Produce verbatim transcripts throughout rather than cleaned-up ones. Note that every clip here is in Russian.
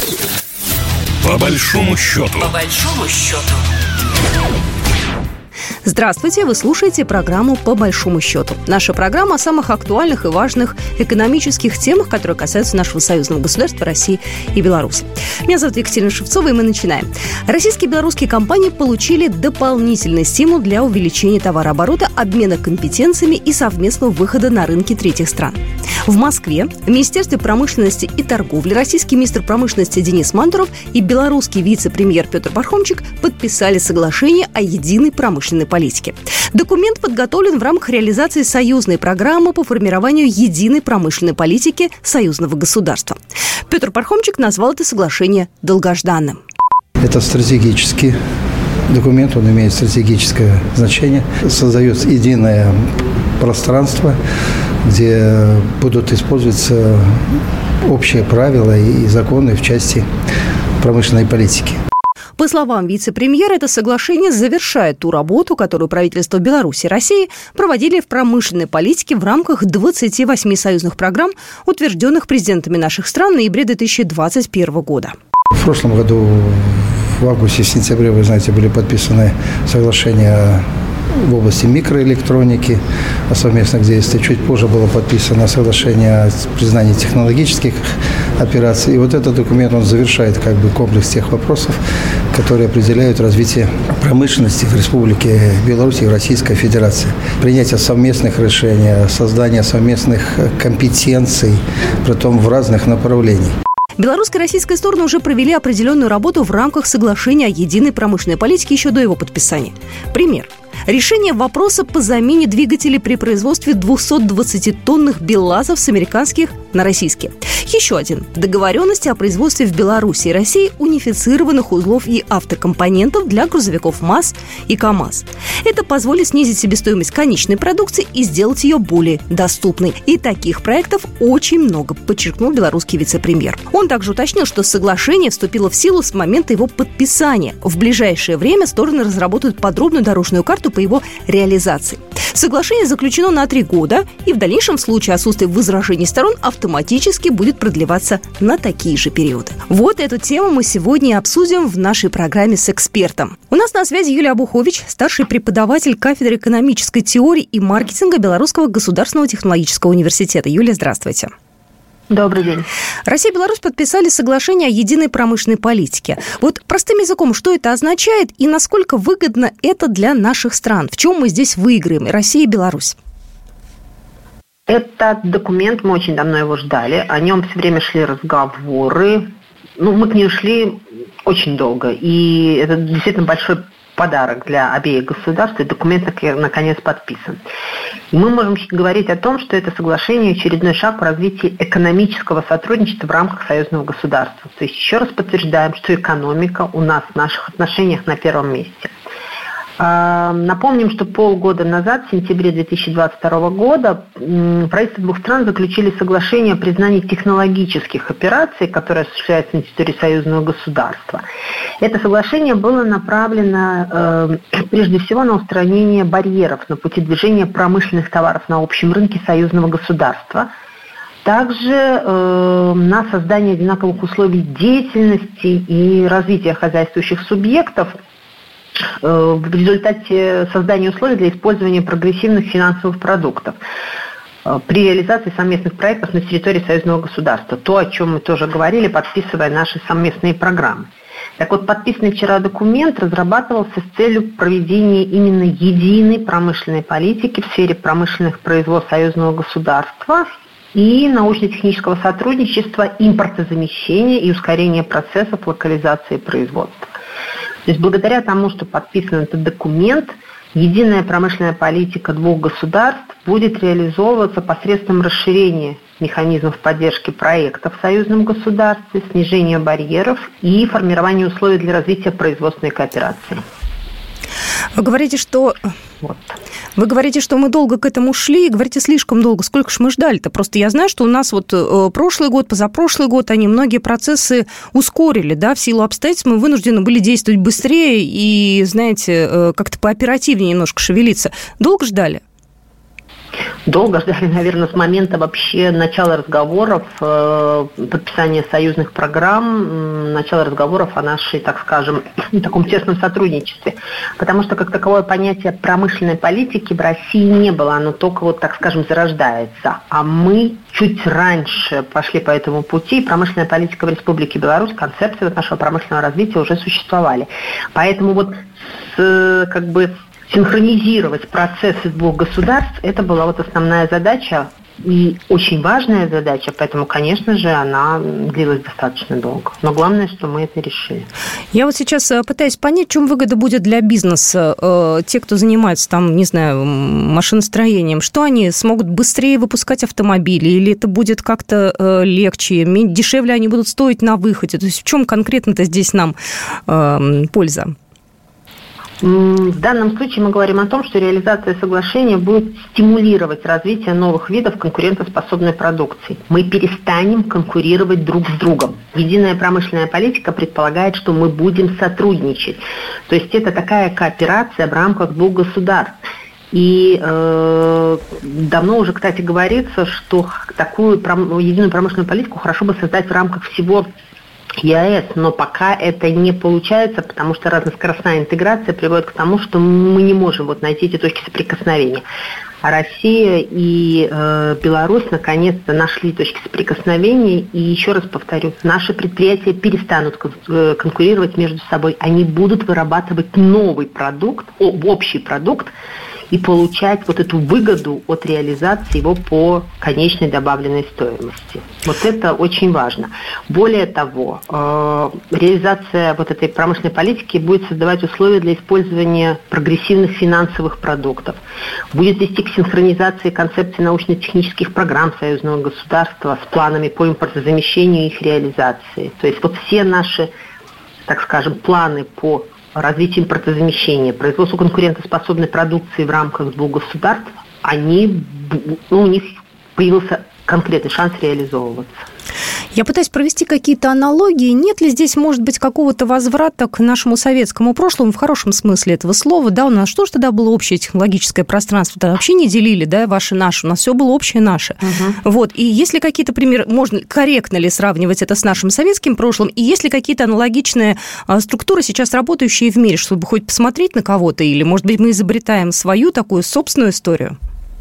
По большому счету. По большому счету. Здравствуйте, вы слушаете программу «По большому счету». Наша программа о самых актуальных и важных экономических темах, которые касаются нашего союзного государства России и Беларуси. Меня зовут Екатерина Шевцова, и мы начинаем. Российские и белорусские компании получили дополнительный стимул для увеличения товарооборота, обмена компетенциями и совместного выхода на рынки третьих стран. В Москве в Министерстве промышленности и торговли российский министр промышленности Денис Мантуров и белорусский вице-премьер Петр Пархомчик подписали соглашение о единой промышленной политике. Документ подготовлен в рамках реализации союзной программы по формированию единой промышленной политики союзного государства. Петр Пархомчик назвал это соглашение долгожданным. Это стратегический документ, он имеет стратегическое значение. Создается единое пространство, где будут использоваться общие правила и законы в части промышленной политики. По словам вице-премьера, это соглашение завершает ту работу, которую правительство Беларуси и России проводили в промышленной политике в рамках двадцати восьми союзных программ, утвержденных президентами наших стран в ноябре две тысячи двадцать первого года. В прошлом году, в августе, сентябре, вы знаете, были подписаны соглашения в области микроэлектроники о совместных действиях. Чуть позже было подписано соглашение о признании технологических операций. И вот этот документ, он завершает как бы комплекс тех вопросов, которые определяют развитие промышленности в Республике Беларусь и в Российской Федерации. Принятие совместных решений, создание совместных компетенций, притом в разных направлениях. Белорусская и российская стороны уже провели определенную работу в рамках соглашения о единой промышленной политике еще до его подписания. Пример. Решение вопроса по замене двигателей при производстве двухсотдвадцатитонных БелАЗов с американских на российские. Еще один. Договоренности о производстве в Беларуси и России унифицированных узлов и автокомпонентов для грузовиков МАЗ и КАМАЗ. Это позволит снизить себестоимость конечной продукции и сделать ее более доступной. И таких проектов очень много, подчеркнул белорусский вице-премьер. Он также уточнил, что соглашение вступило в силу с момента его подписания. В ближайшее время стороны разработают подробную дорожную карту по его реализации. Соглашение заключено на три года, и в дальнейшем в случае отсутствия возражений сторон автоматически будет продлеваться на такие же периоды. Вот эту тему мы сегодня обсудим в нашей программе с экспертом. У нас на связи Юлия Обухович, старший преподаватель кафедры экономической теории и маркетинга Белорусского государственного технологического университета. Юлия, здравствуйте. Добрый день. Россия и Беларусь подписали соглашение о единой промышленной политике. Вот простым языком, что это означает и насколько выгодно это для наших стран? В чем мы здесь выиграем, Россия и Беларусь? Этот документ, мы очень давно его ждали, о нем все время шли разговоры. Ну, мы к нему шли очень долго, и это действительно большой подарок для обеих государств, и документ наконец подписан. Мы можем говорить о том, что это соглашение очередной шаг в развитии экономического сотрудничества в рамках союзного государства. То есть еще раз подтверждаем, что экономика у нас в наших отношениях на первом месте. Напомним, что полгода назад, в сентябре две тысячи двадцать второго года, правительства двух стран заключили соглашение о признании технологических операций, которые осуществляются на территории союзного государства. Это соглашение было направлено э, прежде всего на устранение барьеров на пути движения промышленных товаров на общем рынке союзного государства, также э, на создание одинаковых условий деятельности и развития хозяйствующих субъектов в результате создания условий для использования прогрессивных финансовых продуктов при реализации совместных проектов на территории союзного государства. То, о чем мы тоже говорили, подписывая наши совместные программы. Так вот, подписанный вчера документ разрабатывался с целью проведения именно единой промышленной политики в сфере промышленных производств союзного государства и научно-технического сотрудничества, импортозамещения и ускорения процессов локализации производства. То есть благодаря тому, что подписан этот документ, единая промышленная политика двух государств будет реализовываться посредством расширения механизмов поддержки проектов в союзном государстве, снижения барьеров и формирования условий для развития производственной кооперации. Вы говорите, что... Вот. Вы говорите, что мы долго к этому шли, и говорите, слишком долго. Сколько ж мы ждали-то? Просто я знаю, что у нас вот прошлый год, позапрошлый год, они многие процессы ускорили, да, в силу обстоятельств мы вынуждены были действовать быстрее и, знаете, как-то пооперативнее немножко шевелиться. Долго ждали? Долго ждали, наверное, с момента вообще начала разговоров, подписания союзных программ, начала разговоров о нашей, так скажем, таком тесном сотрудничестве. Потому что как таковое понятие промышленной политики в России не было, оно только, вот, так скажем, зарождается. А мы чуть раньше пошли по этому пути, и промышленная политика в Республике Беларусь, концепции нашего промышленного развития уже существовали. Поэтому вот с, как бы, синхронизировать процессы двух государств, это была вот основная задача и очень важная задача, поэтому, конечно же, она длилась достаточно долго. Но главное, что мы это решили. Я вот сейчас пытаюсь понять, в чем выгода будет для бизнеса. Те, кто занимается там, не знаю, машиностроением, что они смогут быстрее выпускать автомобили, или это будет как-то легче, дешевле они будут стоить на выходе? То есть в чем конкретно-то здесь нам польза? В данном случае мы говорим о том, что реализация соглашения будет стимулировать развитие новых видов конкурентоспособной продукции. Мы перестанем конкурировать друг с другом. Единая промышленная политика предполагает, что мы будем сотрудничать. То есть это такая кооперация в рамках двух государств. И э, давно уже, кстати, говорится, что такую пром... единую промышленную политику хорошо бы создать в рамках всего ЕАЭС, но пока это не получается, потому что разноскоростная интеграция приводит к тому, что мы не можем вот найти эти точки соприкосновения. А Россия и э, Беларусь наконец-то нашли точки соприкосновения, и еще раз повторю, наши предприятия перестанут конкурировать между собой, они будут вырабатывать новый продукт, общий продукт, и получать вот эту выгоду от реализации его по конечной добавленной стоимости. Вот это очень важно. Более того, реализация вот этой промышленной политики будет создавать условия для использования прогрессивных финансовых продуктов, будет вести к синхронизации концепций научно-технических программ союзного государства с планами по импортозамещению и их реализации. То есть вот все наши, так скажем, планы по развитие импортозамещения, производство конкурентоспособной продукции в рамках двух государств, они, ну, у них появился конкретный шанс реализовываться. Я пытаюсь провести какие-то аналогии. Нет ли здесь, может быть, какого-то возврата к нашему советскому прошлому в хорошем смысле этого слова? Да, у нас что ж тогда было общее технологическое пространство? Тогда вообще не делили, да, ваше, наше. У нас все было общее, наше. Угу. Вот. И есть ли какие-то примеры, можно, корректно ли сравнивать это с нашим советским прошлым? И есть ли какие-то аналогичные а, структуры, сейчас работающие в мире, чтобы хоть посмотреть на кого-то? Или, может быть, мы изобретаем свою такую собственную историю?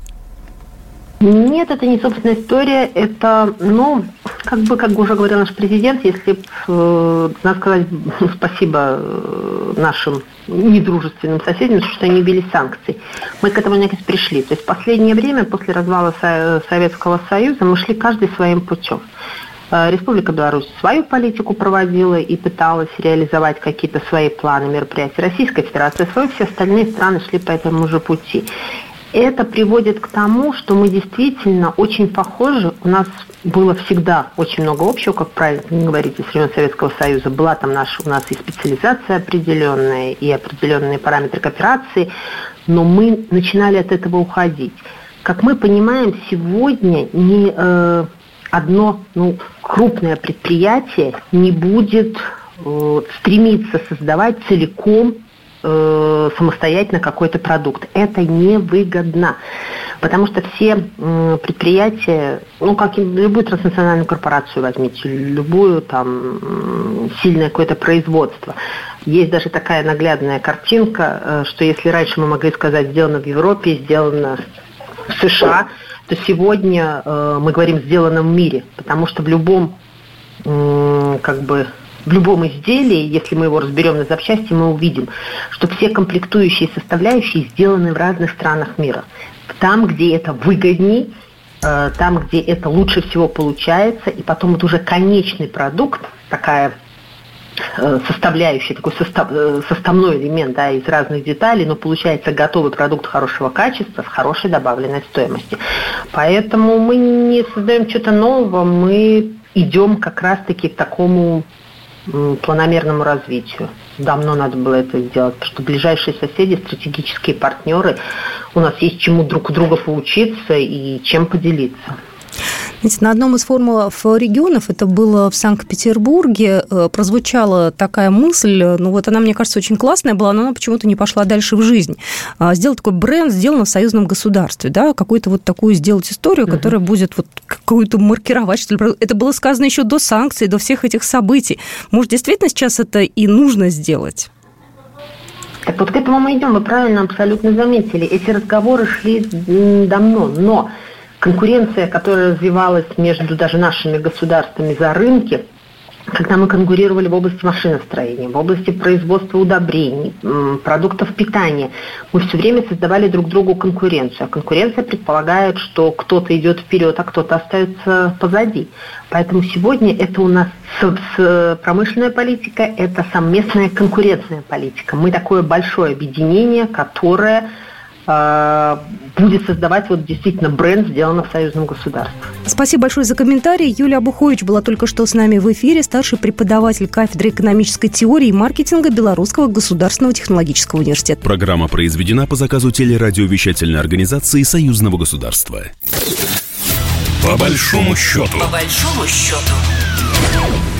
Нет, это не собственная история, это, ну, как бы, как уже говорил наш президент, если, э, надо сказать спасибо нашим недружественным соседям, что они ввели санкции. Мы к этому наконец пришли. То есть в последнее время, после развала Советского Союза, мы шли каждый своим путем. Республика Беларусь свою политику проводила и пыталась реализовать какие-то свои планы, мероприятия. Российская Федерация свою, все остальные страны шли по этому же пути. Это приводит к тому, что мы действительно очень похожи. У нас было всегда очень много общего, как правильно говорите, с времен Советского Союза. Была там наша, у нас и специализация определенная, и определенные параметры кооперации, но мы начинали от этого уходить. Как мы понимаем, сегодня ни э, одно ну, крупное предприятие не будет э, стремиться создавать целиком самостоятельно какой-то продукт. Это невыгодно, потому что все предприятия, ну, как и любую транснациональную корпорацию возьмите, любую там сильное какое-то производство. Есть даже такая наглядная картинка, что если раньше мы могли сказать «сделано в Европе», «сделано в США», то сегодня мы говорим «сделано в мире», потому что в любом как бы в любом изделии, если мы его разберем на запчасти, мы увидим, что все комплектующие составляющие сделаны в разных странах мира. Там, где это выгодней, там, где это лучше всего получается, и потом вот уже конечный продукт, такая составляющая, такой состав, составной элемент, да, из разных деталей, но получается готовый продукт хорошего качества с хорошей добавленной стоимостью. Поэтому мы не создаем что-то нового, мы идем как раз-таки к такому планомерному развитию. Давно надо было это сделать, потому что ближайшие соседи, стратегические партнеры, у нас есть чему друг у друга поучиться и чем поделиться. Знаете, на одном из форумов регионов, это было в Санкт-Петербурге, прозвучала такая мысль, ну вот она, мне кажется, очень классная была, но она почему-то не пошла дальше в жизнь. Сделать такой бренд, сделано в союзном государстве, да, какую-то вот такую сделать историю, uh-huh. которая будет вот какую-то маркировать, что ли. Это было сказано еще до санкций, до всех этих событий. Может, действительно сейчас это и нужно сделать? Так вот к этому мы идем, вы правильно абсолютно заметили. Эти разговоры шли давно, но конкуренция, которая развивалась между даже нашими государствами за рынки, когда мы конкурировали в области машиностроения, в области производства удобрений, продуктов питания, мы все время создавали друг другу конкуренцию. А конкуренция предполагает, что кто-то идет вперед, а кто-то остается позади. Поэтому сегодня это у нас промышленная политика, это совместная конкурентная политика. Мы такое большое объединение, которое будет создавать вот действительно бренд, сделанный в союзном государстве. Спасибо большое за комментарий. Юлия Абухович была только что с нами в эфире, старший преподаватель кафедры экономической теории и маркетинга Белорусского государственного технологического университета. Программа произведена по заказу телерадиовещательной организации Союзного государства. По большому счету. По большому счету.